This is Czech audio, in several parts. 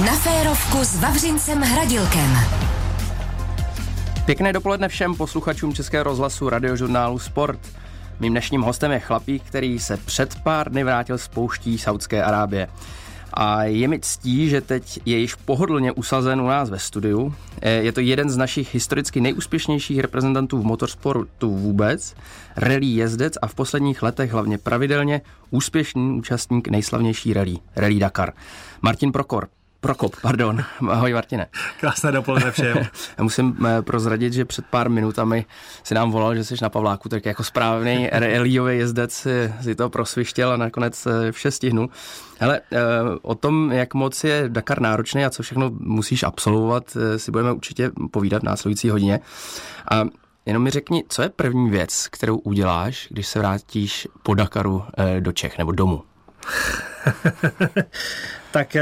Na férovku s Vavřincem Hradilkem. Pěkné dopoledne všem posluchačům Českého rozhlasu Radiožurnálu Sport. Mým dnešním hostem je chlapík, který se před pár dny vrátil z pouští Saúdské Arábie. A je mi ctí, že teď je již pohodlně usazen u nás ve studiu. Je to jeden z našich historicky nejúspěšnějších reprezentantů v motorsportu vůbec, rally jezdec a v posledních letech hlavně pravidelně úspěšný účastník nejslavnější rally Dakar. Martin Prokop. Ahoj Martine. Krásné dopoledne všem. Já musím prozradit, že před pár minutami si nám volal, že jsi na Pavláku, tak jako správný rallyový jezdec si to prosvištěl a nakonec vše stihnul. Hele, o tom, jak moc je Dakar náročný a co všechno musíš absolvovat, si budeme určitě povídat v následující hodině. A jenom mi řekni, co je první věc, kterou uděláš, když se vrátíš po Dakaru do Čech nebo domů? Tak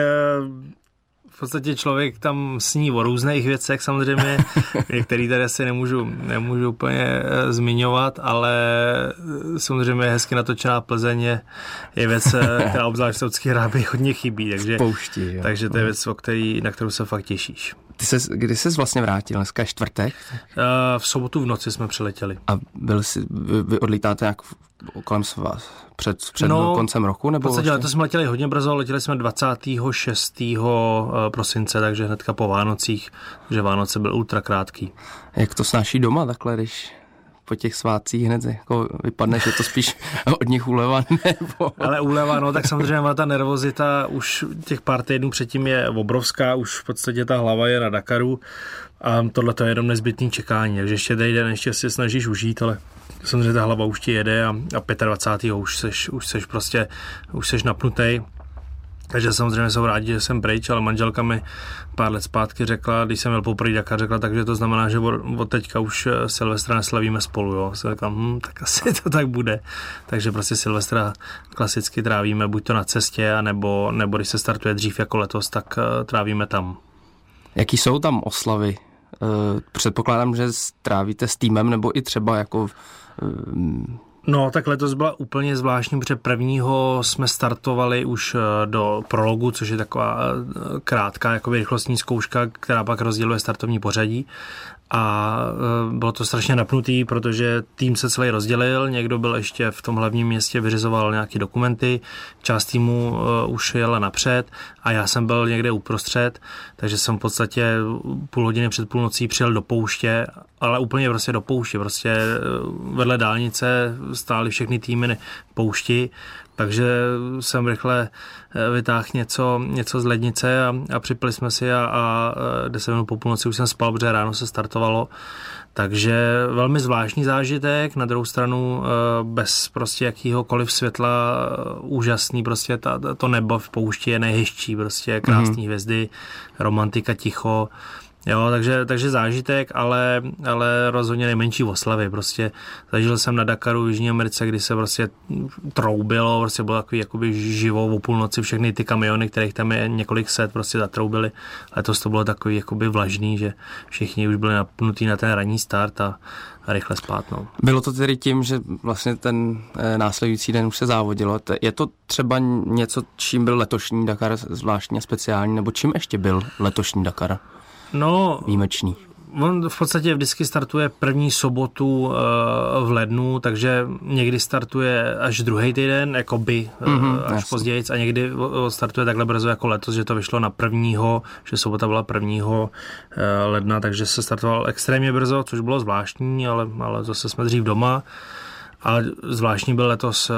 v podstatě člověk tam sní o různých věcech samozřejmě, který tady asi nemůžu úplně zmiňovat, ale samozřejmě hezky natočená Plzeň je věc, která obzvlášť v Saúdské Arábii hodně chybí, takže to je věc, na kterou se fakt těšíš. Kdy jsi vlastně vrátil? Dneska je čtvrtek? V sobotu v noci jsme přiletěli. A vy odlítáte nějak kolem před koncem roku? Nebo v podstatě letos jsme letěli hodně brzo, letěli jsme 26. prosince, takže hnedka po Vánocích, takže Vánoce byl ultra krátký. Jak to snáší doma takhle, když po těch svátcích hned jako vypadne, že to spíš od nich úleva nebo... Ale úleva, no tak samozřejmě ta nervozita už těch pár týdnů předtím je obrovská, už v podstatě ta hlava je na Dakaru a tohle to je jenom nezbytný čekání, takže ještě den ještě si snažíš užít, ale samozřejmě ta hlava už ti jede a 25. už seš napnutej. Takže samozřejmě jsou rádi, že jsem pryč, ale manželka mi pár let zpátky řekla, když jsem měl poprvé Dakar, řekla, takže to znamená, že od teďka už Silvestra neslavíme spolu, jo. Jsem řekl, tak asi to tak bude. Takže prostě Silvestra klasicky trávíme buď to na cestě, nebo když se startuje dřív jako letos, tak trávíme tam. Jaký jsou tam oslavy? Předpokládám, že trávíte s týmem, nebo i třeba jako... No, tak letos byla úplně zvláštní, protože prvního jsme startovali už do prologu, což je taková krátká jakoby rychlostní zkouška, která pak rozděluje startovní pořadí. A bylo to strašně napnutý, protože tým se celý rozdělil, někdo byl ještě v tom hlavním městě, vyřizoval nějaké dokumenty, část týmu už jela napřed a já jsem byl někde uprostřed, takže jsem v podstatě půl hodiny před půlnocí přijel do pouště, ale úplně prostě do pouště, prostě vedle dálnice stály všechny týmy poušti, takže jsem rychle vytáhl něco z lednice a připili jsme si a 10 minut po půlnoci už jsem spal, protože ráno se startovalo. Takže velmi zvláštní zážitek, na druhou stranu bez prostě jakýhokoliv světla úžasný, prostě to nebo v poušti je nejhezčí, prostě krásný hvězdy, romantika, ticho. Jo, takže zážitek, ale rozhodně nejmenší oslavy. Prostě zažil jsem na Dakaru v Jižní Americe, kdy se prostě troubilo, prostě bylo takový jakoby živou o půlnoci všechny ty kamiony, kterých tam je několik set, prostě zatroubili. Letos to bylo takový jakoby vlažný, že všichni už byli napnutí na ten ranní start a rychle spát. No. Bylo to tedy tím, že vlastně ten následující den už se závodilo. Je to třeba něco, čím byl letošní Dakar zvláštně speciální, nebo čím ještě byl letošní Dakar? No, výjimečný. On v podstatě vždycky startuje první sobotu v lednu, takže někdy startuje až druhý týden, jakoby až později, a někdy startuje takhle brzo jako letos, že to vyšlo na že sobota byla 1. ledna, takže se startoval extrémně brzo, což bylo zvláštní, ale zase jsme dřív doma. A zvláštní byl letos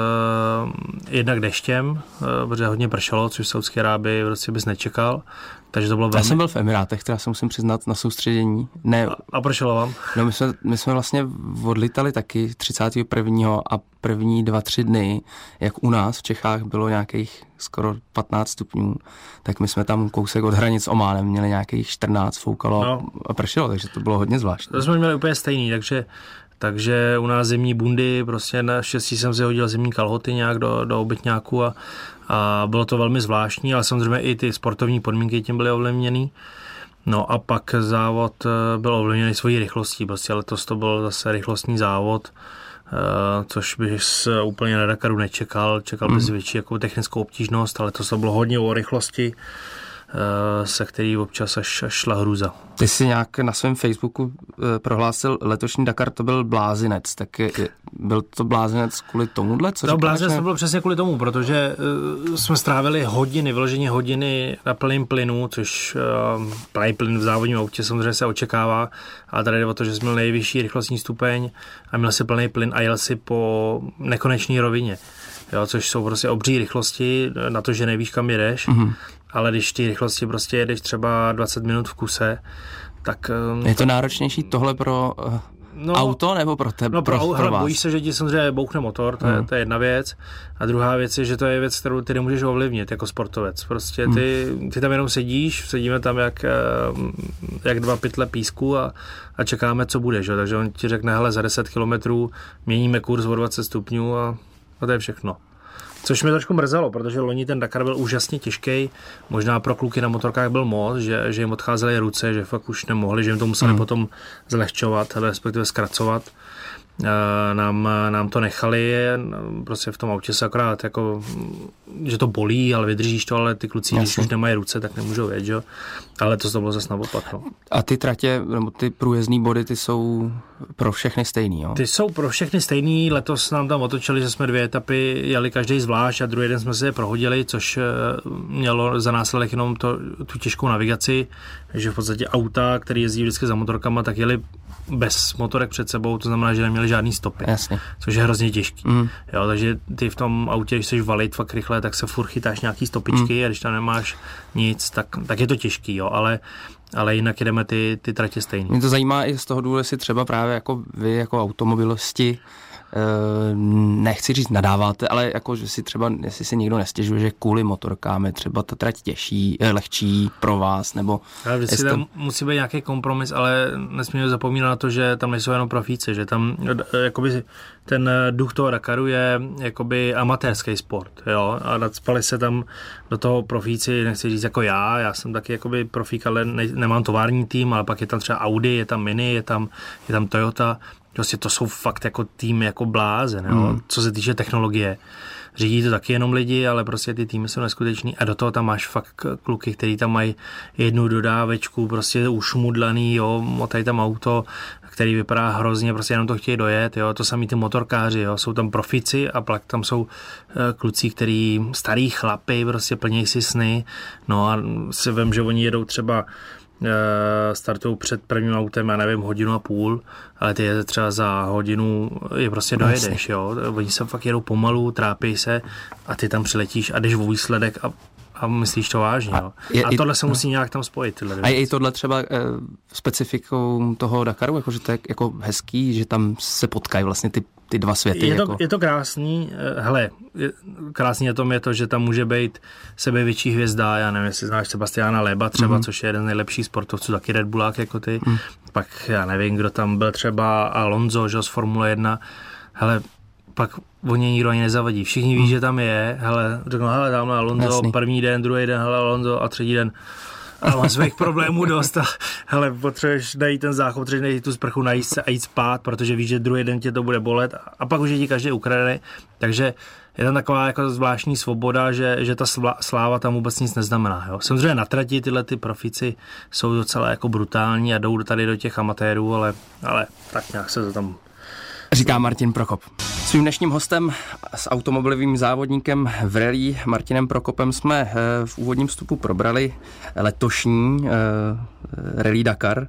jednak deštěm, protože hodně pršelo, což v Saúdské Arábii prostě bys nečekal. Takže to bylo velmi... Já jsem byl v Emirátech, teda se musím přiznat na soustředění. Ne. A pršelo vám? No my jsme vlastně odlítali taky 31. a první 2-3 dny, jak u nás v Čechách bylo nějakých skoro 15 stupňů, tak my jsme tam kousek od hranic Ománem měli nějakých 14, foukalo a pršelo, takže to bylo hodně zvláštní. To jsme měli úplně stejný, takže u nás zimní bundy, prostě naštěstí jsem si hodil zimní kalhoty nějak do obytňáku a bylo to velmi zvláštní, ale samozřejmě i ty sportovní podmínky tím byly ovlivněný. No a pak závod byl ovlivněný svojí rychlostí, prostě letos to byl zase rychlostní závod, což bys úplně na Dakaru nečekal, čekal bys větší jako technickou obtížnost, ale to bylo hodně o rychlosti. se který občas až šla hrůza. Ty jsi nějak na svém Facebooku prohlásil, letošní Dakar to byl blázinec, tak byl to blázinec kvůli tomuhle? Co blázinec to bylo přesně kvůli tomu, protože jsme strávili vyloženě hodiny na plném plynu, což plný plyn v závodním autě samozřejmě se očekává, ale tady jde o to, že jsme měl nejvyšší rychlostní stupeň a měl si plný plyn a jel si po nekonečné rovině. Jo, což jsou prostě obří rychlosti na to, že nevíš, kam jedeš, ale když ty rychlosti prostě jedeš třeba 20 minut v kuse, tak... Je to náročnější tohle pro auto nebo pro tebe? No pro vás? Bojíš se, že ti samozřejmě bouchne motor, to je jedna věc. A druhá věc je, že to je věc, kterou ty nemůžeš ovlivnit jako sportovec. Prostě ty tam jenom sedíme tam jak dva pytle písku a čekáme, co bude. Že? Takže on ti řekne, hele, za 10 kilometrů měníme kurz o 20 stupňů a to je všechno. Což mě trošku mrzelo, protože loni ten Dakar byl úžasně těžký. Možná pro kluky na motorkách byl moc, že jim odcházely ruce, že fakt už nemohli, že jim to museli potom zlehčovat, respektive zkracovat. Nám to nechali, prostě v tom autě se akorát jako, že to bolí, ale vydržíš to, ale ty kluci, když už nemají ruce, tak nemůžou jet, že? Ale to bylo zase naopak. No. A ty tratě, nebo ty průjezdní body, ty jsou pro všechny stejný, jo? Ty jsou pro všechny stejný, letos nám tam otočili, že jsme 2 etapy jeli každý zvlášť a druhý den jsme se je prohodili, což mělo za následek jenom tu těžkou navigaci, že v podstatě auta, které jezdí vždycky za motorkama, tak jeli bez motorek před sebou, to znamená, že neměli žádný stopy. Jasně. Což je hrozně těžký. Jo, takže ty v tom autě, když chceš valit fakt rychle, tak se furt chytáš nějaký stopičky a když tam nemáš nic, tak je to těžký, jo, ale jinak jedeme ty tratě stejný. Mě to zajímá i z toho důvodu, jestli třeba právě jako vy, jako automobilisti, nechci říct nadáváte, ale jako, že si třeba, jestli si někdo nestěžuje, že kvůli motorkám je třeba ta trať lehčí pro vás, nebo... Vždycky tam musí být nějaký kompromis, ale nesmíme zapomínat na to, že tam nejsou jenom profíci, že tam jakoby ten duch toho Dakaru je jakoby amatérský sport, jo, a nadspali se tam do toho profíci, nechci říct jako já jsem taky jakoby profík, ale nemám tovární tým, ale pak je tam třeba Audi, je tam Mini, je tam Toyota. Prostě to jsou fakt jako tým jako blázen, jo? Co se týče technologie. Řídí to taky jenom lidi, ale prostě ty týmy jsou neskutečný a do toho tam máš fakt kluky, který tam mají jednu dodávečku, prostě ušmudlaný, jo, motají tam auto, který vypadá hrozně, prostě jenom to chtějí dojet, jo, to samý ty motorkáři, jo, jsou tam profici a pak tam jsou kluci, který starý chlapy, prostě plnějí si sny, no a si vem, že oni jedou třeba startují před prvním autem, já nevím, 1,5 hodiny, ale ty je třeba za hodinu je prostě dojedeš, jo. Oni se fakt jedou pomalu, trápí se a ty tam přiletíš a jdeš o výsledek a myslíš to vážně, jo. A tohle se musí nějak tam spojit. Tyhle a je i tohle třeba specifikou toho Dakaru, jakože to je jako hezký, že tam se potkají vlastně ty dva světy. Je to krásný, hele, krásný na tom je to, že tam může být sebevětší hvězda, já nevím, jestli znáš Sebastiana Loeba třeba, což je jeden z nejlepších sportovců, taky Red Bullák jako ty, pak já nevím, kdo tam byl třeba Alonso, že z Formule 1, hele, pak o něj nikdo ani nezavadí, všichni ví, že tam je, hele, řeknou, hele, tamhle Alonso, jasný. První den, druhý den, hele, Alonso a třetí den, ale mám svých problémů dost a hele, potřebuješ najít ten záchod, potřebuješ najít tu sprchu, najít se a jít spát, protože víš, že druhý den tě to bude bolet a pak už je ti každý ukradený, takže je tam taková jako zvláštní svoboda, že ta sláva tam vůbec nic neznamená. Jo. Samozřejmě na trati tyhle ty profíci jsou docela jako brutální a jdou tady do těch amatérů, ale tak nějak se to tam... Říká Martin Prokop. Svým dnešním hostem s automobilovým závodníkem v rally Martinem Prokopem jsme v úvodním vstupu probrali letošní rally Dakar.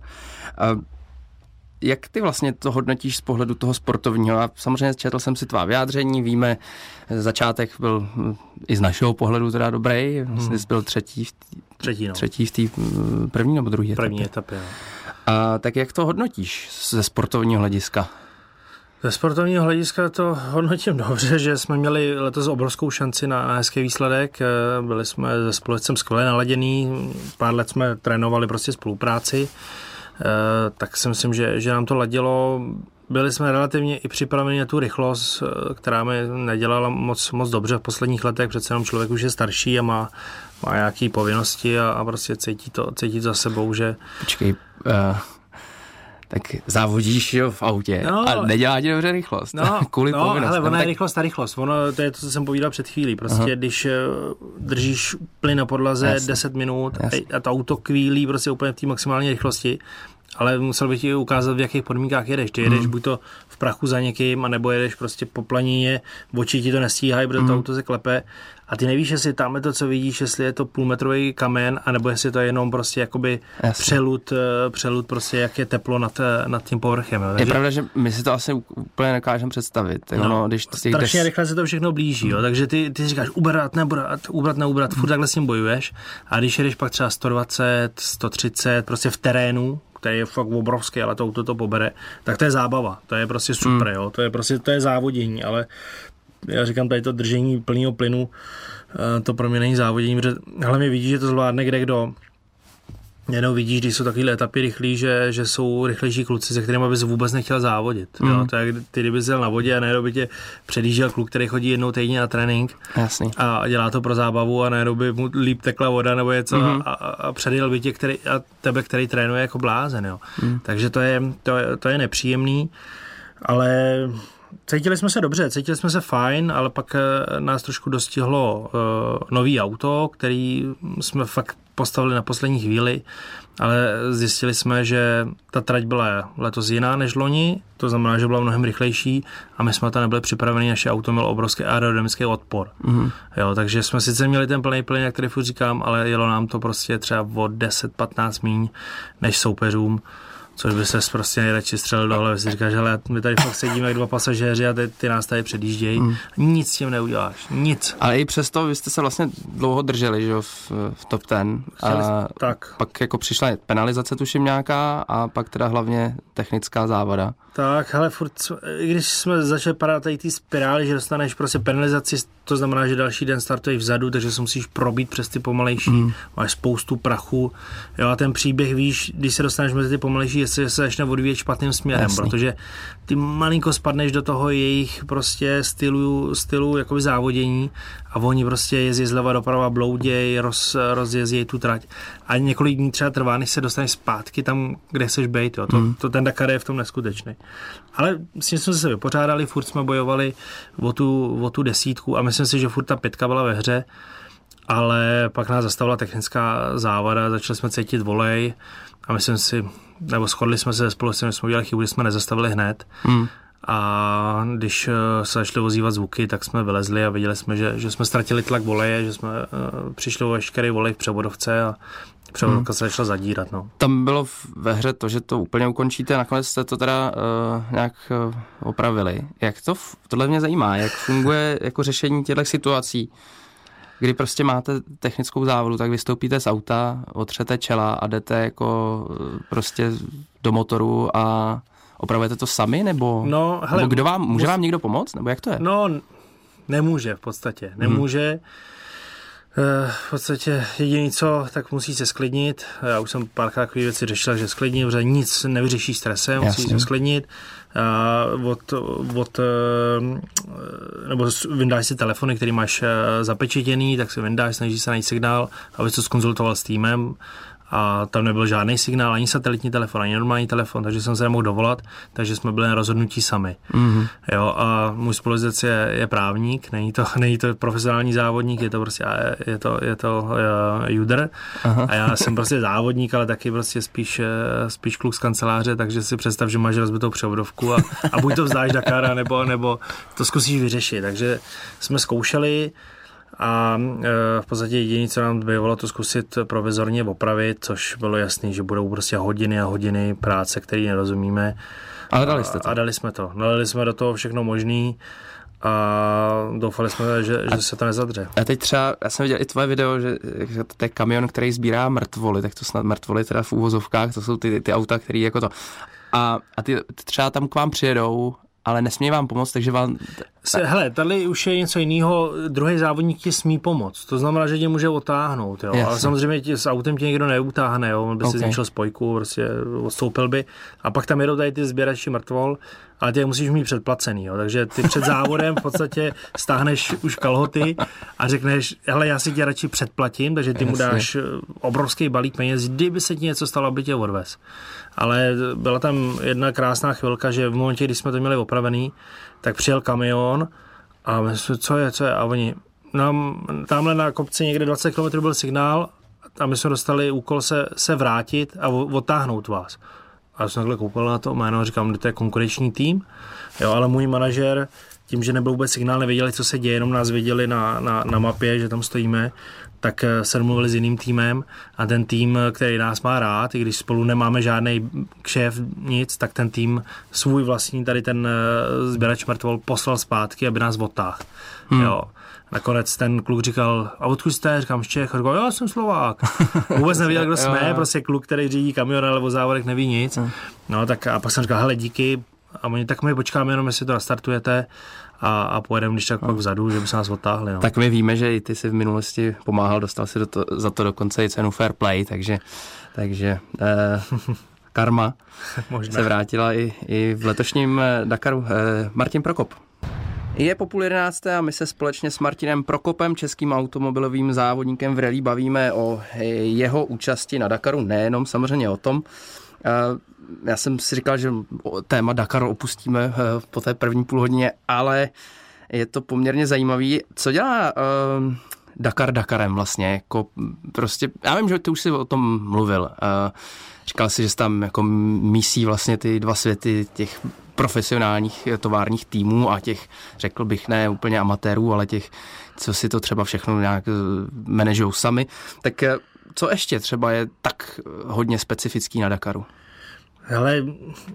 Jak ty vlastně to hodnotíš z pohledu toho sportovního? A samozřejmě četl jsem si tvá vyjádření, víme, začátek byl i z našeho pohledu teda dobrý, vlastně jsi byl třetí v té první nebo druhé etapě? První etapě, no. A tak jak to hodnotíš ze sportovního hlediska? Ze sportovního hlediska to hodnotím dobře, že jsme měli letos obrovskou šanci na hezký výsledek. Byli jsme se společcem skvěle naladěný, pár let jsme trénovali prostě spolupráci, tak si myslím, že nám to ladilo. Byli jsme relativně i připraveni na tu rychlost, která mi nedělala moc dobře v posledních letech, přece jenom člověk už je starší a má nějaké povinnosti a prostě cítí to za sebou, že... Počkej, tak závodíš v autě a nedělá ti dobře rychlost. Kvůli povinnosti. Ale ona je rychlost a rychlost. Ono, to je to, co jsem povídal před chvílí. Prostě když držíš plyn na podlaze 10 minut a to auto kvílí prostě úplně v té maximální rychlosti, ale musel bych ti ukázat, v jakých podmínkách jedeš. Ty jedeš buď to v prachu za někým, anebo jedeš prostě po planině, oči ti to nestíhají, protože to auto se klepe a ty nevíš, jestli tam je to, co vidíš, jestli je to půlmetrový kamen, anebo jestli to je jenom prostě jakoby přelud prostě, jak je teplo nad tím povrchem. Jo. Je pravda, že my si to asi úplně nekážeme představit. Strašně rychle se to všechno blíží, jo. Takže ty říkáš ubrat, furt takhle s tím bojuješ a když jedeš pak třeba 120, 130, prostě v terénu, který je fakt obrovský, ale to auto to pobere, tak to je zábava, to je prostě super, jo, to je závodění, ale já říkám, tady to držení plného plynu, to pro mě není závodění, protože hlavně vidíš, že to zvládne kdo. Jenom vidíš, když jsou takovýhle etapy rychlí, že jsou rychlejší kluci, se kterými bys vůbec nechtěl závodit. Jo? To je jak ty, kdyby jel na vodě a najednou by tě předjížděl kluk, který chodí jednou týdně na trénink. Jasný. A dělá to pro zábavu a najednou by mu líp tekla voda nebo něco a předjel by tě, tebe, který trénuje jako blázen. Jo? Takže to je nepříjemný, ale cítili jsme se dobře, cítili jsme se fajn, ale pak nás trošku dostihlo nový auto, který jsme fakt postavili na poslední chvíli, ale zjistili jsme, že ta trať byla letos jiná než loni, to znamená, že byla mnohem rychlejší a my jsme tam nebyli připraveni, naše auto mělo obrovský aerodynamický odpor. Jo, takže jsme sice měli ten plný plyn, jak tady furt říkám, ale jelo nám to prostě třeba o 10-15 míň než soupeřům. Což by se prostě nejradši střelil do hlavy. Si říkáš, hele, my tady fakt sedíme jak dva pasažéři a ty nás tady předjíždějí. Nic s tím neuděláš. Nic. Ale i přesto vy jste se vlastně dlouho drželi, že v top 10. Tak. Pak jako přišla penalizace, tuším nějaká, a pak teda hlavně technická závada. Tak, hele, furt, když jsme začali padat tady ty spirály, že dostaneš prostě penalizaci, to znamená, že další den startuješ vzadu, takže se musíš probít přes ty pomalejší, máš spoustu prachu, jo, a ten příběh víš, když se dostaneš mezi ty pomalejší, jestli se začne odvíjet špatným směrem, protože ty malinko spadneš do toho jejich prostě stylu jakoby závodění a oni prostě jezdí zleva doprava, blouděj, rozjezdí tu trať a několik dní třeba trvá, než se dostaneš zpátky tam, kde chceš být, jo. To ten Dakar je v tom neskutečný. Ale s tím jsme se vypořádali, furt jsme bojovali o tu 10 a myslím si, že furt ta 5 byla ve hře, ale pak nás zastavila technická závada, začali jsme cítit volej a myslím si, nebo shodli jsme se spolu, že jsme udělali chybu, že jsme nezastavili hned. A když se začaly ozývat zvuky, tak jsme vylezli a viděli jsme, že jsme ztratili tlak voleje, že jsme přišli o veškerý volej v převodovce a převodovka se začala zadírat. No. Tam bylo ve hře to, že to úplně ukončíte, nakonec jste to teda nějak opravili. Jak tohle mě zajímá, jak funguje jako řešení těchto situací, kdy prostě máte technickou závodu, tak vystoupíte z auta, otřete čela a jdete jako prostě do motoru a opravujete to sami, nebo kdo může vám někdo pomoct, nebo jak to je? No, nemůže v podstatě, nemůže. V podstatě jediný co, tak musí se sklidnit. Já už jsem párkrát takové věci řešil, že sklidním, protože nic nevyřeší stresem, musí se sklidnit. Nebo vyndáš si telefony, který máš zapečetěný, tak si vyndáš, snažíš se najít signál, aby to zkonzultoval s týmem. A tam nebyl žádný signál, ani satelitní telefon, ani normální telefon, takže jsem se nemohl dovolat, takže jsme byli na rozhodnutí sami. Jo, a můj spolujezdec je právník, není to profesionální závodník, je to prostě je to juder. A já jsem prostě závodník, ale taky prostě spíš kluk z kanceláře, takže si představ, že máš rozbitou převodovku a buď to vzdáš Dakara, nebo to zkusíš vyřešit. Takže jsme zkoušeli a v podstatě jediné, co nám bylo to zkusit provizorně opravit, což bylo jasný, že budou prostě hodiny a hodiny práce, které nerozumíme. Ale dali jste to. A dali jsme to. Dali jsme do toho všechno možný a doufali jsme, že se to nezadře. A teď třeba, já jsem viděl i tvoje video, že to je kamion, který sbírá mrtvoly, tak to snad mrtvoly teda v úvozovkách, to jsou ty auta, které jako to. A ty třeba tam k vám přijedou, ale nesmí vám pomoct, takže vám... Hele, tady už je něco jiného. Druhý závodník ti smí pomoct. To znamená, že tě může otáhnout. Jo? Ale samozřejmě s autem tě někdo neutáhne. Jo? On by si zničil spojku, prostě odstoupil by. A pak tam jedou tady ty sběrači mrtvol ale ty je musíš mít předplacený, jo. Takže ty před závodem v podstatě stáhneš už kalhoty a řekneš, hele, já si tě radši předplatím, takže ty mu dáš obrovský balík peněz, kdyby se ti něco stalo, aby tě odvez. Ale byla tam jedna krásná chvilka, že v momentě, kdy jsme to měli opravený, tak přijel kamion a my jsme, co je, a oni, tamhle na kopci někde 20 km byl signál a my jsme dostali úkol se vrátit a odtáhnout vás. A já jsem takhle koukal na to jméno a říkám, že to je konkurenční tým, jo, ale můj manažer, tím, že nebyl vůbec signál, nevěděli, co se děje, jenom nás viděli na mapě, že tam stojíme, tak se domluvili s jiným týmem a ten tým, který nás má rád, i když spolu nemáme žádný kšéf, nic, tak ten tým svůj vlastní, tady ten sběrač mrtvol poslal zpátky, aby nás odtáhl. Jo. Nakonec ten kluk říkal, a odkud jste? Říkám, z Čech. A říkal, já jsem Slovák. Vůbec nevěděl, kdo jsme, prostě kluk, který řídí kamion, ale o závodech neví nic. No tak a pak jsem říkal, hele, díky. A oni, tak my počkáme jenom, jestli to nastartujete a pojedeme, když tak pak vzadu, že by se nás odtáhli. No. Tak my víme, že i ty jsi v minulosti pomáhal, dostal si za to dokonce i cenu Fair Play, takže karma se vrátila i v letošním Dakaru. Martin Prokop. Je po 10:30 a my se společně s Martinem Prokopem, českým automobilovým závodníkem v rally, bavíme o jeho účasti na Dakaru, nejenom samozřejmě o tom. Já jsem si říkal, že téma Dakaru opustíme po té první půlhodině, ale je to poměrně zajímavý. Co dělá Dakar Dakarem vlastně? Jako prostě, já vím, že ty už jsi o tom mluvil. Říkal si, že jsi tam jako mísí vlastně ty dva světy těch profesionálních továrních týmů a těch, řekl bych, ne úplně amatérů, ale těch, co si to třeba všechno nějak manažujou sami. Tak co ještě třeba je tak hodně specifický na Dakaru? Hele,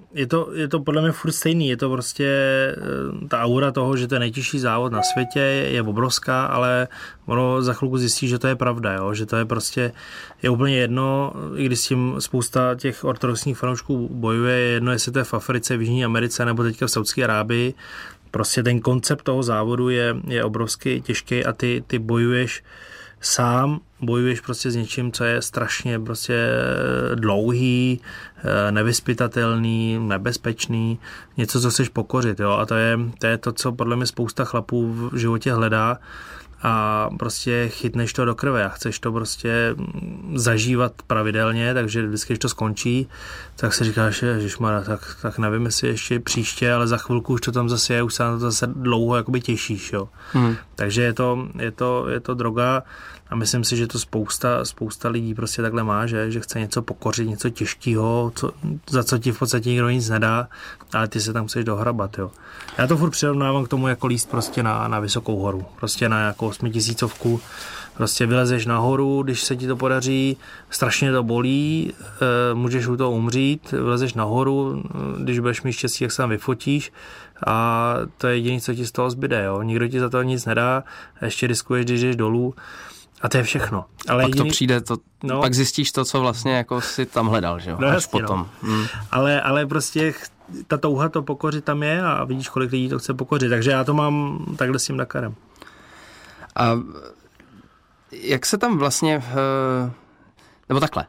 je to podle mě furt stejný, je to prostě ta aura toho, že to je nejtěžší závod na světě, je obrovská, ale ono za chvilku zjistí, že to je pravda, jo? Že to je prostě, je úplně jedno, i když s tím spousta těch ortodoxních fanoušků bojuje, je jedno, jestli to je v Africe, v Jižní Americe nebo teďka v Saudské Arábii, prostě ten koncept toho závodu je obrovský, těžký a ty bojuješ sám, bojuješ prostě s něčím, co je strašně prostě dlouhý, nevyzpytatelný, nebezpečný, něco, co chceš pokořit, jo, a to je to, co podle mě spousta chlapů v životě hledá a prostě chytneš to do krve a chceš to prostě zažívat pravidelně, takže vždycky, když to skončí, tak si říkáš, ježišmarja, tak nevím, jestli ještě příště, ale za chvilku už to tam zase je, už se na to zase dlouho jakoby těšíš, jo. Takže je to droga a myslím si, že to spousta lidí prostě takhle má, že chce něco pokořit, něco těžkého, za co ti v podstatě nikdo nic nedá, ale ty se tam chceš dohrabat, jo. Já to furt přirovnávám k tomu, jako líst prostě na vysokou horu, prostě na jako 8000, prostě vylezeš nahoru, když se ti to podaří, strašně to bolí, můžeš u toho umřít, vylezeš nahoru, když budeš mít štěstí, jak se tam vyfotíš a to je jediné, co ti z toho zbyde, jo. Nikdo ti za to nic nedá, ještě riskuješ, když jdeš dolů. A to je všechno. Ale pak to přijde, pak zjistíš to, co vlastně jako si tam hledal, že jo? No, až jasně, potom. No. Ale prostě ta touha to pokořit tam je a vidíš, kolik lidí to chce pokořit. Takže já to mám takhle s tím Dakarem. A jak se tam vlastně, nebo takhle,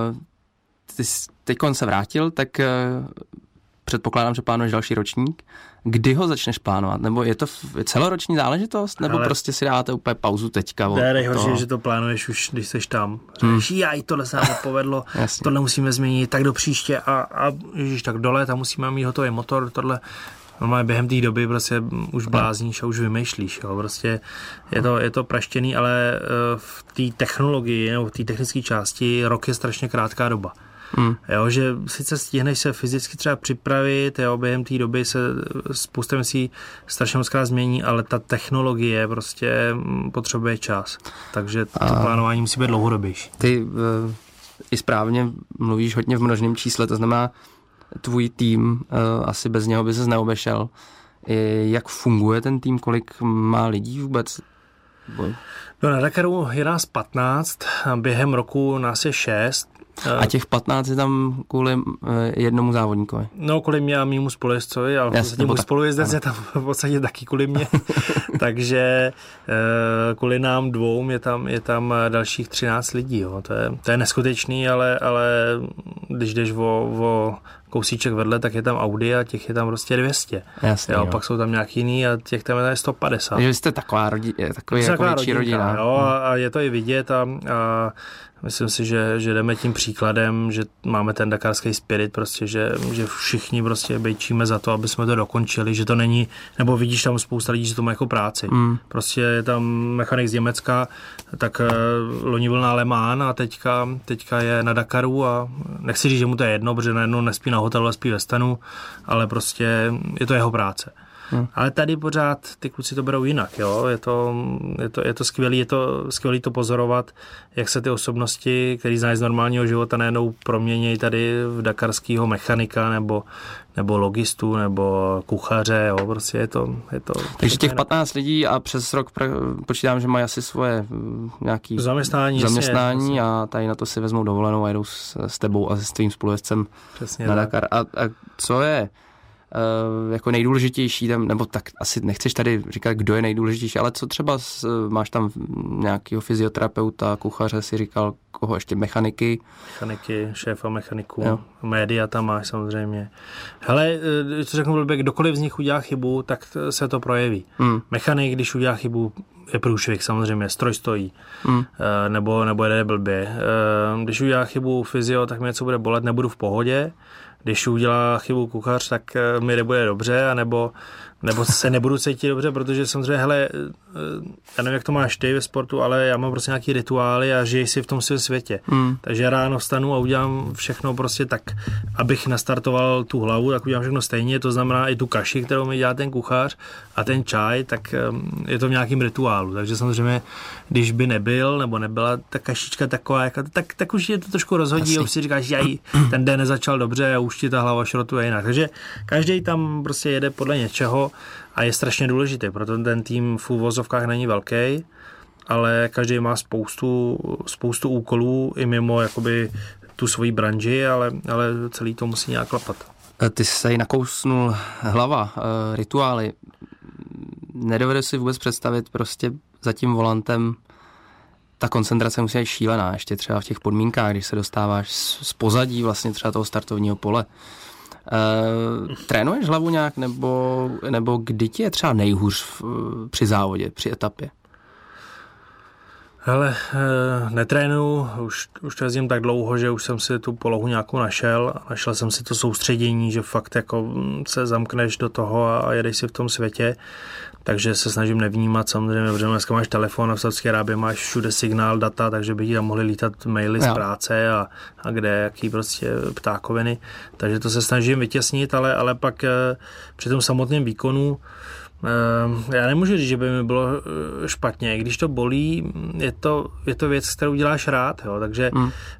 ty teďkon se vrátil, tak předpokládám, že plánuješ další ročník. Kdy ho začneš plánovat? Nebo je to celoroční záležitost? Nebo prostě si dáte úplně pauzu teďka? Nejhorší, že to plánuješ už, když jsi tam. Řekneš, tohle se nám povedlo, tohle musíme změnit, tak do příště a ježiš, tak do léta musíme mít hotový motor, tohle. Normálně během té doby prostě už blázníš a už vymýšlíš. Jo. Prostě je to praštěný, ale v té technologii nebo v té technické části rok je strašně krátká doba. Jo, že sice stihneš se fyzicky třeba připravit, jo, během té doby se spousta věcí strašně moc krát změní, ale ta technologie prostě potřebuje čas. Takže to plánování musí být dlouhodobější. Ty i správně mluvíš hodně v množném čísle, to znamená tvůj tým, asi bez něho by ses neobešel. Jak funguje ten tým, kolik má lidí vůbec? No, na Dakaru je nás 15, během roku nás je 6. A těch 15 je tam kvůli jednomu závodníkovi? No, kvůli mě a mýmu spolujezdcovi, ale v podstatě můj spolujezdec je tam v podstatě taky kvůli mě. Takže kvůli nám dvou je tam dalších 13 lidí. Jo. To je neskutečný, ale když jdeš o kousíček vedle, tak je tam Audi a těch je tam prostě 200. Jasně, jo. Pak jsou tam nějaký jiný a těch tam je 150. Takže jste taková takový jako větší rodina. Jo, a je to i vidět a myslím si, že jdeme tím příkladem, že máme ten dakarský spirit, prostě, že všichni prostě bejčíme za to, aby jsme to dokončili, že to není, nebo vidíš tam spousta lidí, že to má jako práci. Prostě je tam mechanik z Německa, tak loni byl na Le Mans a teďka je na Dakaru a nechci říct, že mu to je jedno, protože najednou nespí na hotelu a spí ve stanu, ale prostě je to jeho práce. Ale tady pořád ty kluci to berou jinak, jo? Je to skvělý to pozorovat, jak se ty osobnosti, který znají z normálního života, najednou proměnějí tady v dakarského mechanika nebo logistu, nebo kuchaře, jo? Prostě je to takže těch 15 lidí a přes rok počítám, že mají asi svoje nějaké zaměstnání a tady na to si vezmou dovolenou a jdou s tebou a s tvým spolujezdcem na Dakar. A co je jako nejdůležitější tam, nebo tak asi nechceš tady říkat, kdo je nejdůležitější, ale co třeba máš tam nějakého fyzioterapeuta, kuchaře, si říkal, koho ještě mechaniky, šéfa mechaniků, jo. Média tam máš samozřejmě. Hele, co řeknu blbě, kdokoliv z nich udělá chybu, tak se to projeví. Mechanik, když udělá chybu, je průšvih samozřejmě, stroj stojí, nebo jede blbě. Když udělá chybu fyzio, tak mě něco bude bolet, nebudu v pohodě. Když udělá chybu kuchař, tak mi nebude dobře, nebo se nebudu cítit dobře, protože samozřejmě, hele, já nevím, jak to máš ty ve sportu, ale já mám prostě nějaký rituály a žij si v tom svém světě. Takže ráno vstanu a udělám všechno prostě tak, abych nastartoval tu hlavu, tak udělám všechno stejně, to znamená i tu kaši, kterou mi dělá ten kuchař a ten čaj, tak je to v nějakým rituálu. Takže samozřejmě, když by nebyl, nebo nebyla ta kašička taková, tak už je to trošku rozhodí a už si říkáš, že ten den nezačal dobře a už ti ta hlava šrotuje jinak. Takže každý tam prostě jede podle něčeho a je strašně důležitý, proto ten tým v uvozovkách není velký, ale každý má spoustu úkolů i mimo jakoby tu svoji branži, ale celý to musí nějak klapat. Ty jsi nakousnul hlava, rituály. Nedovedu si vůbec představit prostě za tím volantem ta koncentrace musí být šílená, ještě třeba v těch podmínkách, když se dostáváš z pozadí vlastně třeba toho startovního pole. Trénuješ hlavu nějak, nebo kdy ti je třeba nejhůř při závodě, při etapě? Hele, netrénuju, už to jezdím tak dlouho, že už jsem si tu polohu nějakou našel jsem si to soustředění, že fakt jako se zamkneš do toho a jedeš si v tom světě, takže se snažím nevnímat samozřejmě, protože dneska máš telefon a v Saudské Arábii máš všude signál, data, takže by ti tam mohly lítat maily z práce a kde jaký prostě ptákoviny, takže to se snažím vytěsnit, ale pak při tom samotném výkonu já nemůžu říct, že by mi bylo špatně. Když to bolí, je to věc, kterou děláš rád. Jo? Takže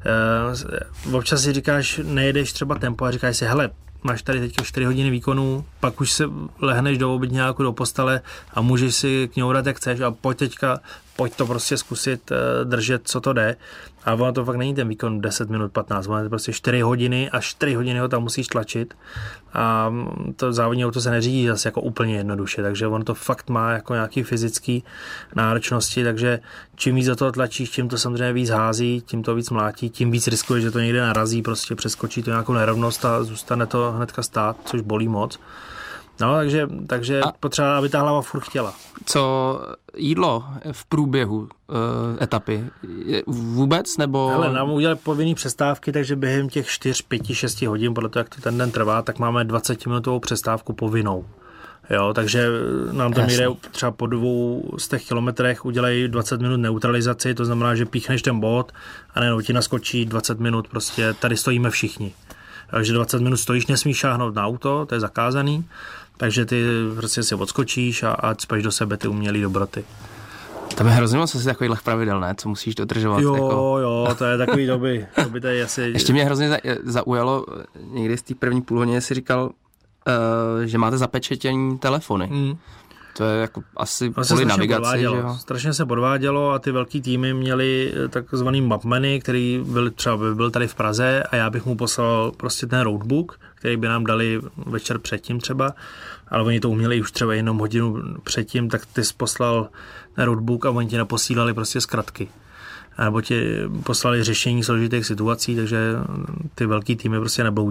občas si říkáš, nejedeš třeba tempo a říkáš si, hele, máš tady teďka 4 hodiny výkonu, pak už se lehneš do obytňáku, do postele a můžeš si kňourat, jak chceš a pojď to prostě zkusit držet, co to jde. A ono to fakt není ten výkon 10 minut, 15, ono je to prostě 4 hodiny a 4 hodiny ho tam musíš tlačit a to závodní auto se neřídí zase jako úplně jednoduše, takže ono to fakt má jako nějaký fyzický náročnosti, takže čím víc do toho tlačíš, tím to samozřejmě víc hází, tím to víc mlátí, tím víc riskuješ, že to někde narazí, prostě přeskočí to nějakou nerovnost a zůstane to hnedka stát, což bolí moc. No, takže potřeba, aby ta hlava furt chtěla. Co jídlo v průběhu etapy? Vůbec, nebo? Hele, nám udělali povinný přestávky, takže během těch 4, 5, 6 hodin, podle toho, jak to ten den trvá, tak máme 20-minutovou přestávku povinnou. Jo, takže nám tam jde třeba po 200 kilometrech udělají 20 minut neutralizaci, to znamená, že píchneš ten bod a nejenom ti naskočí 20 minut, prostě tady stojíme všichni. Takže 20 minut stojíš, nesmíš šáhnout na auto, to je zakázaný, takže ty prostě si odskočíš a cpeš do sebe ty umělý dobroty. Tam je hrozně moc asi takových pravidel, ne? Co musíš dodržovat. Jo, to je takový doby tady asi... Ještě mě hrozně zaujalo, někdy z té první půlhodině si říkal, že máte zapečetění telefony. To je jako asi kvůli navigaci, že jo? Strašně se podvádělo a ty velký týmy měli takzvaný mapmeny, který byl tady v Praze a já bych mu poslal prostě ten roadbook, který by nám dali večer předtím třeba, ale oni to uměli už třeba jenom hodinu předtím, tak ty jsi poslal ten roadbook a oni ti naposílali prostě zkratky. Nebo ti poslali řešení složitých situací, takže ty velký týmy prostě nebloudili.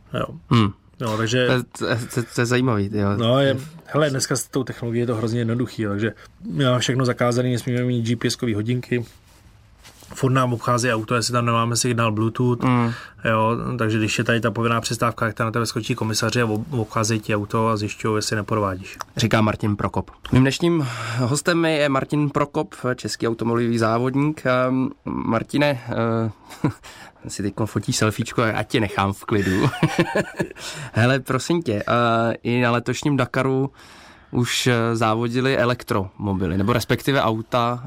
Jo. No, takže... To je zajímavý. Jo. No, hele, dneska s tou technologií je to hrozně jednoduchý, jo, takže máme všechno zakázané, nesmíme mít GPS-kové hodinky, furt nám obchází auto, jestli tam nemáme signál Bluetooth, jo, takže když je tady ta povinná přestávka, tak na tebe skočí komisaři a obcházejí ti auto a zjišťují, jestli nepodvádíš. Říká Martin Prokop. Mým dnešním hostem je Martin Prokop, český automobilový závodník. Martine, si teď fotí selfiečko, ať tě nechám v klidu. Hele, prosím tě, i na letošním Dakaru už závodili elektromobily, nebo respektive auta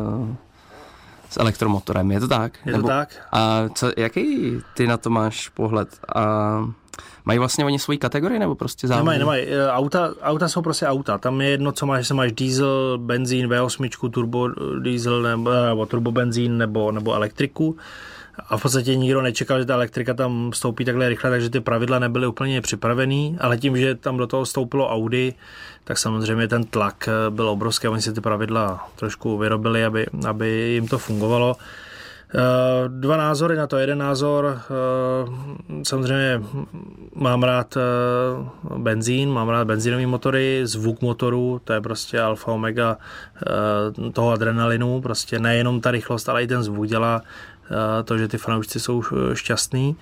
s elektromotorem, je to tak? Je to tak. A jaký ty na to máš pohled? Mají vlastně oni svoji kategorii, nebo prostě závodí? Nemají. Auta jsou prostě auta. Tam je jedno, co máš, jestli máš diesel, benzín, V8, turbo diesel, nebo turbo benzín, nebo elektriku. A v podstatě nikdo nečekal, že ta elektrika tam vstoupí takhle rychle, takže ty pravidla nebyly úplně připravený, ale tím, že tam do toho vstoupilo Audi, tak samozřejmě ten tlak byl obrovský a oni si ty pravidla trošku vyrobili, aby jim to fungovalo. Dva názory na to. Jeden názor, samozřejmě mám rád benzín, mám rád benzínový motory, zvuk motoru, to je prostě alfa omega toho adrenalinu, prostě nejenom ta rychlost, ale i ten zvuk dělá to, že ty fanoušci jsou šťastní.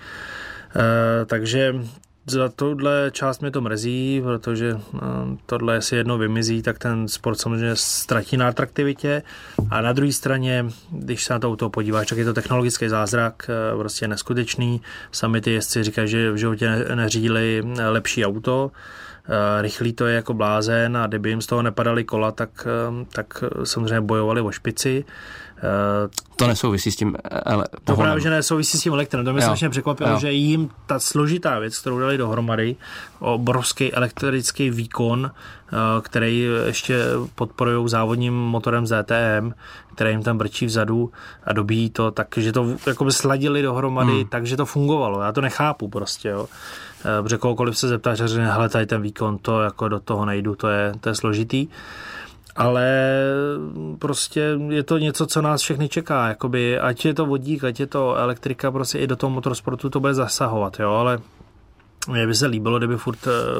Takže za touhle část mě to mrzí, protože tohle, jestli jednou vymizí, tak ten sport samozřejmě ztratí na atraktivitě. A na druhé straně, když se na to auto podíváš, tak je to technologický zázrak, prostě neskutečný. Sami ty jezdci říkají, že v životě neřídili lepší auto. Rychlý to je jako blázen a kdyby jim z toho nepadaly kola, tak samozřejmě bojovali o špici. To nesouvisí s tím to právě, že nesouvisí s tím elektrem. To mě strašně překvapilo, že jim ta složitá věc, kterou dali dohromady, obrovský elektrický výkon, který ještě podporují závodním motorem z DTM, který jim tam brčí vzadu a dobíjí to, takže to jakoby sladili dohromady, takže to fungovalo. Já to nechápu prostě, jo. Protože kohokoliv se zeptáš, že řekne, hele, tady ten výkon, to jako do toho nejdu, to je složitý. Ale prostě je to něco, co nás všechny čeká, jakoby, ať je to vodík, ať je to elektrika, prostě i do toho motorsportu to bude zasahovat, jo, ale mně by se líbilo, kdyby furt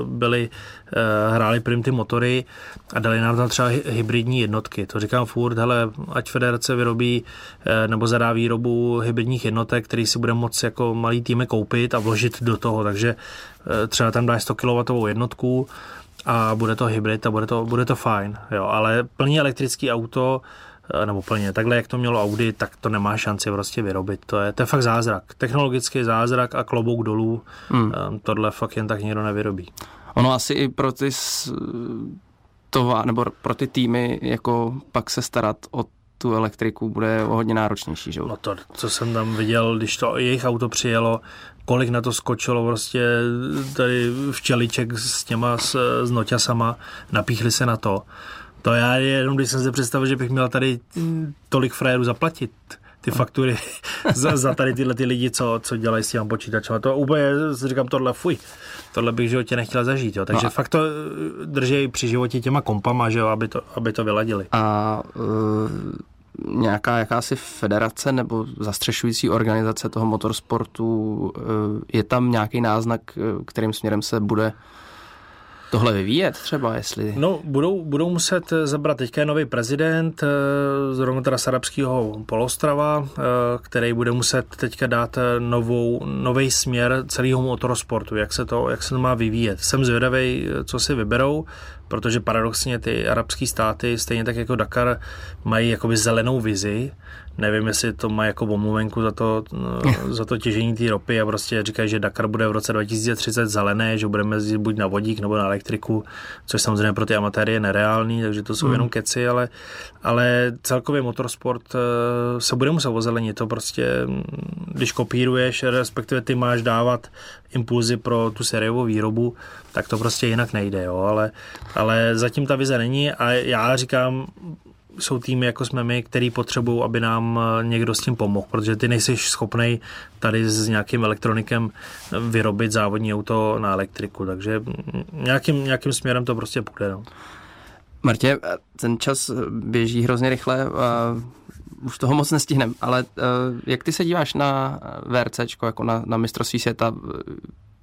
hráli prim ty motory a dali nám tam třeba hybridní jednotky. To říkám furt, hele, ať federace vyrobí nebo zadá výrobu hybridních jednotek, který si bude moct jako malý týmy koupit a vložit do toho, takže třeba tam dáš 100 kW jednotku a bude to hybrid a bude to fajn, jo, ale plně elektrický auto nebo plně takhle, jak to mělo Audi, tak to nemá šanci prostě vyrobit. To je fakt zázrak. Technologický zázrak a klobouk dolů. Tohle fakt jen tak nikdo nevyrobí. Ono asi i pro ty nebo pro ty týmy jako pak se starat o tu elektriku bude hodně náročnější, že jo? No to, co jsem tam viděl, když to jejich auto přijelo, kolik na to skočilo prostě tady včeliček s těma s noťasama, napíchli se na to. To já jenom, když jsem si představil, že bych měl tady tolik frajerů zaplatit ty faktury za tady tyhle ty lidi, co dělají s těma počítačem. To úplně říkám, tohle bych v životě nechtěl zažít. Jo. Takže fakt to drží při životě těma kompama, že jo, aby to vyladili. A nějaká jakási federace nebo zastřešující organizace toho motorsportu, je tam nějaký náznak, kterým směrem se bude tohle vyvíjet třeba, jestli... No, budou muset zabrat. Teďka je nový prezident, zrovna teda z arabského poloostrova, který bude muset teďka dát nový směr celého motorsportu, jak se to má vyvíjet. Jsem zvědavej, co si vyberou, protože paradoxně ty arabské státy, stejně tak jako Dakar, mají jakoby zelenou vizi. Nevím, jestli to má jako omluvenku za to těžení té ropy a prostě říkají, že Dakar bude v roce 2030 zelené, že budeme jezdit buď na vodík nebo na elektriku, což samozřejmě pro ty amatéry je nereálný, takže to jsou jenom keci, ale celkově motorsport se bude muset ozelenit. To prostě, když kopíruješ, respektive ty máš dávat impulzy pro tu sériovou výrobu, tak to prostě jinak nejde, jo, ale zatím ta vize není a já říkám, jsou týmy, jako jsme my, který potřebují, aby nám někdo s tím pomohl, protože ty nejsi schopnej tady s nějakým elektronikem vyrobit závodní auto na elektriku, takže nějakým směrem to prostě půjde. No. Martě, ten čas běží hrozně rychle a už toho moc nestihneme, ale jak ty se díváš na VRCčko, jako na mistrovství světa?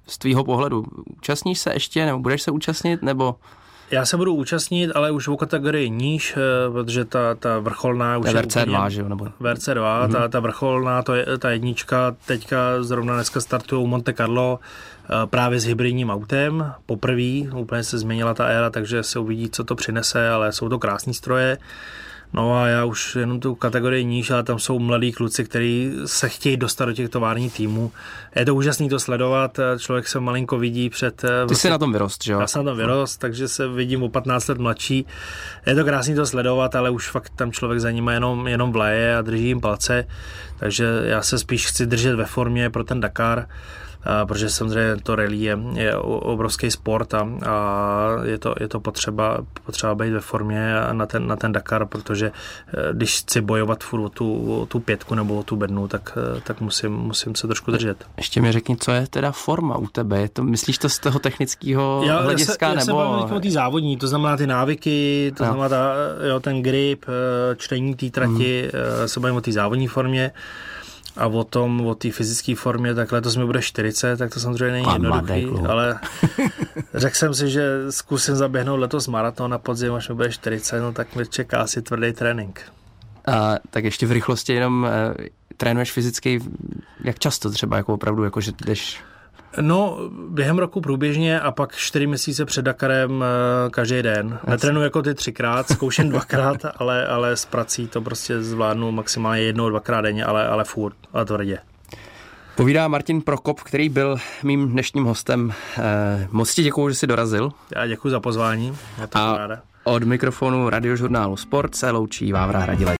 z tvýho pohledu. Účastníš se ještě, nebo budeš se účastnit, nebo... Já se budu účastnit, ale už v kategorii níž, protože ta vrcholná už je VRC2, že jo? Nebo... VRC2, ta vrcholná, ta jednička, teďka zrovna dneska startují Monte Carlo právě s hybridním autem. Poprvé úplně se změnila ta éra, takže se uvidí, co to přinese, ale jsou to krásný stroje. No a já už jenom tu kategorii níž, ale tam jsou mladí kluci, kteří se chtějí dostat do těch továrních týmů. Je to úžasný to sledovat, člověk se malinko vidí před... Ty jsi na tom vyrost, že jo? Já jsem na tom vyrost, takže se vidím o 15 let mladší. Je to krásný to sledovat, ale už fakt tam člověk za nimi jenom vlaje a drží jim palce, takže já se spíš chci držet ve formě pro ten Dakar, protože samozřejmě to rally je obrovský sport a je to potřeba být ve formě na ten Dakar, protože když chci bojovat furt o tu pětku nebo o tu bednu, tak musím se trošku držet. Ještě mi řekni, co je teda forma u tebe? Myslíš to z toho technického hlediska? Já se bavím o té závodní, to znamená ty návyky, to znamená ten grip, čtení té trati, se bavím o té závodní formě. A o té fyzické formě, tak letos mi bude 40, tak to samozřejmě není jednoduchý, ale řekl jsem si, že zkusím zaběhnout letos maraton a podzim, až mi bude 40, no tak mě čeká asi tvrdý trénink. A tak ještě v rychlosti jenom trénuješ fyzicky, jak často třeba, jako opravdu, jako že jdeš... No, během roku průběžně a pak 4 měsíce před Dakarem každý den. Netrénuji jako ty 3krát, zkouším 2krát, ale s prací to prostě zvládnu maximálně 1-2krát denně, ale furt, ale tvrdě. Povídá Martin Prokop, který byl mým dnešním hostem. Moc ti děkuju, že jsi dorazil. Já děkuji za pozvání. Já to ráda. Od mikrofonu Radiožurnálu Sport se loučí Vávra Hradilek.